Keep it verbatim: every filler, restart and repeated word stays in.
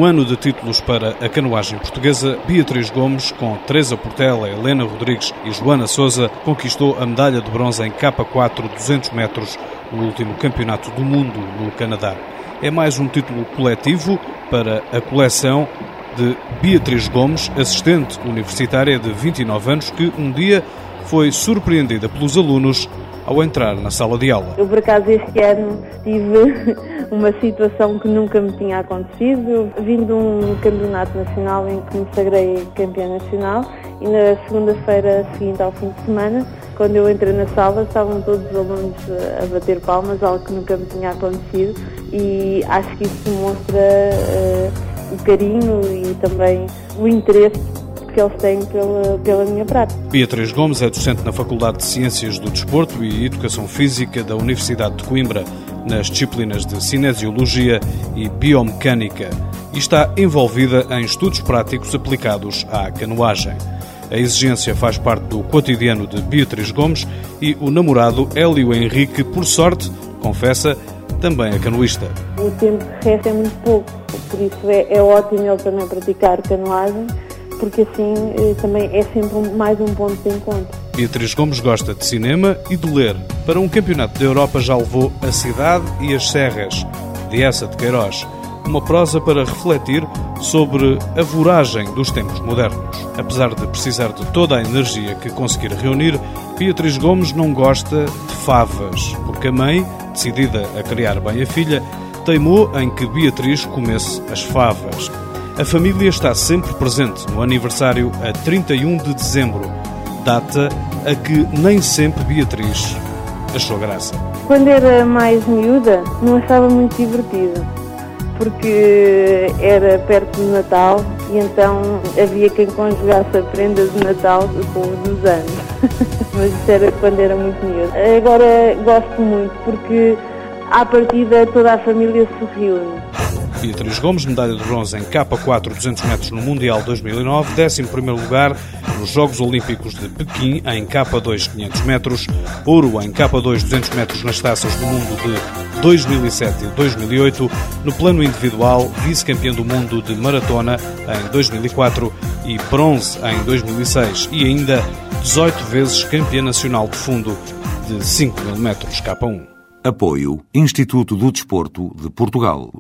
ano de títulos para a canoagem portuguesa, Beatriz Gomes, com Teresa Portela, Helena Rodrigues e Joana Sousa, conquistou a medalha de bronze em K quatro duzentos metros no último Campeonato do Mundo no Canadá. É mais um título coletivo para a coleção de Beatriz Gomes, assistente universitária de vinte e nove anos, que um dia foi surpreendida pelos alunos ao entrar na sala de aula. Eu, por acaso, este ano tive uma situação que nunca me tinha acontecido. Eu vim de um campeonato nacional em que me sagrei campeã nacional e na segunda-feira seguinte ao fim de semana, quando eu entrei na sala, estavam todos os alunos a bater palmas, algo que nunca me tinha acontecido, e acho que isso demonstra uh, o carinho e também o interesse que eles têm pela, pela minha prática. Beatriz Gomes é docente na Faculdade de Ciências do Desporto e Educação Física da Universidade de Coimbra, nas disciplinas de Cinesiologia e Biomecânica, e está envolvida em estudos práticos aplicados à canoagem. A exigência faz parte do cotidiano de Beatriz Gomes e o namorado Hélio Henrique, por sorte, confessa, também é canoísta. O tempo que resta é muito pouco, por isso é, é ótimo ele também praticar canoagem, porque assim também é sempre mais um ponto de encontro. Beatriz Gomes gosta de cinema e de ler. Para um campeonato da Europa já levou A Cidade e as Serras, de Essa de Queiroz, uma prosa para refletir sobre a voragem dos tempos modernos. Apesar de precisar de toda a energia que conseguir reunir, Beatriz Gomes não gosta de favas, porque a mãe, decidida a criar bem a filha, teimou em que Beatriz comesse as favas. A família está sempre presente no aniversário a trinta e um de dezembro, data a que nem sempre Beatriz achou graça. Quando era mais miúda, não achava muito divertido, porque era perto do Natal e então havia quem conjugasse a prenda de Natal com o dos anos. Mas isso era quando era muito miúda. Agora gosto muito, porque à partida toda a família se reúne. Beatriz Gomes, medalha de bronze em K quatro duzentos metros no Mundial dois mil e nove, décimo primeiro lugar nos Jogos Olímpicos de Pequim em K dois quinhentos metros, ouro em K dois duzentos metros nas Taças do Mundo de dois mil e sete e dois mil e oito, no plano individual, vice-campeã do mundo de maratona em dois mil e quatro e bronze em dois mil e seis, e ainda dezoito vezes campeã nacional de fundo de cinco mil metros K um. Apoio Instituto do Desporto de Portugal.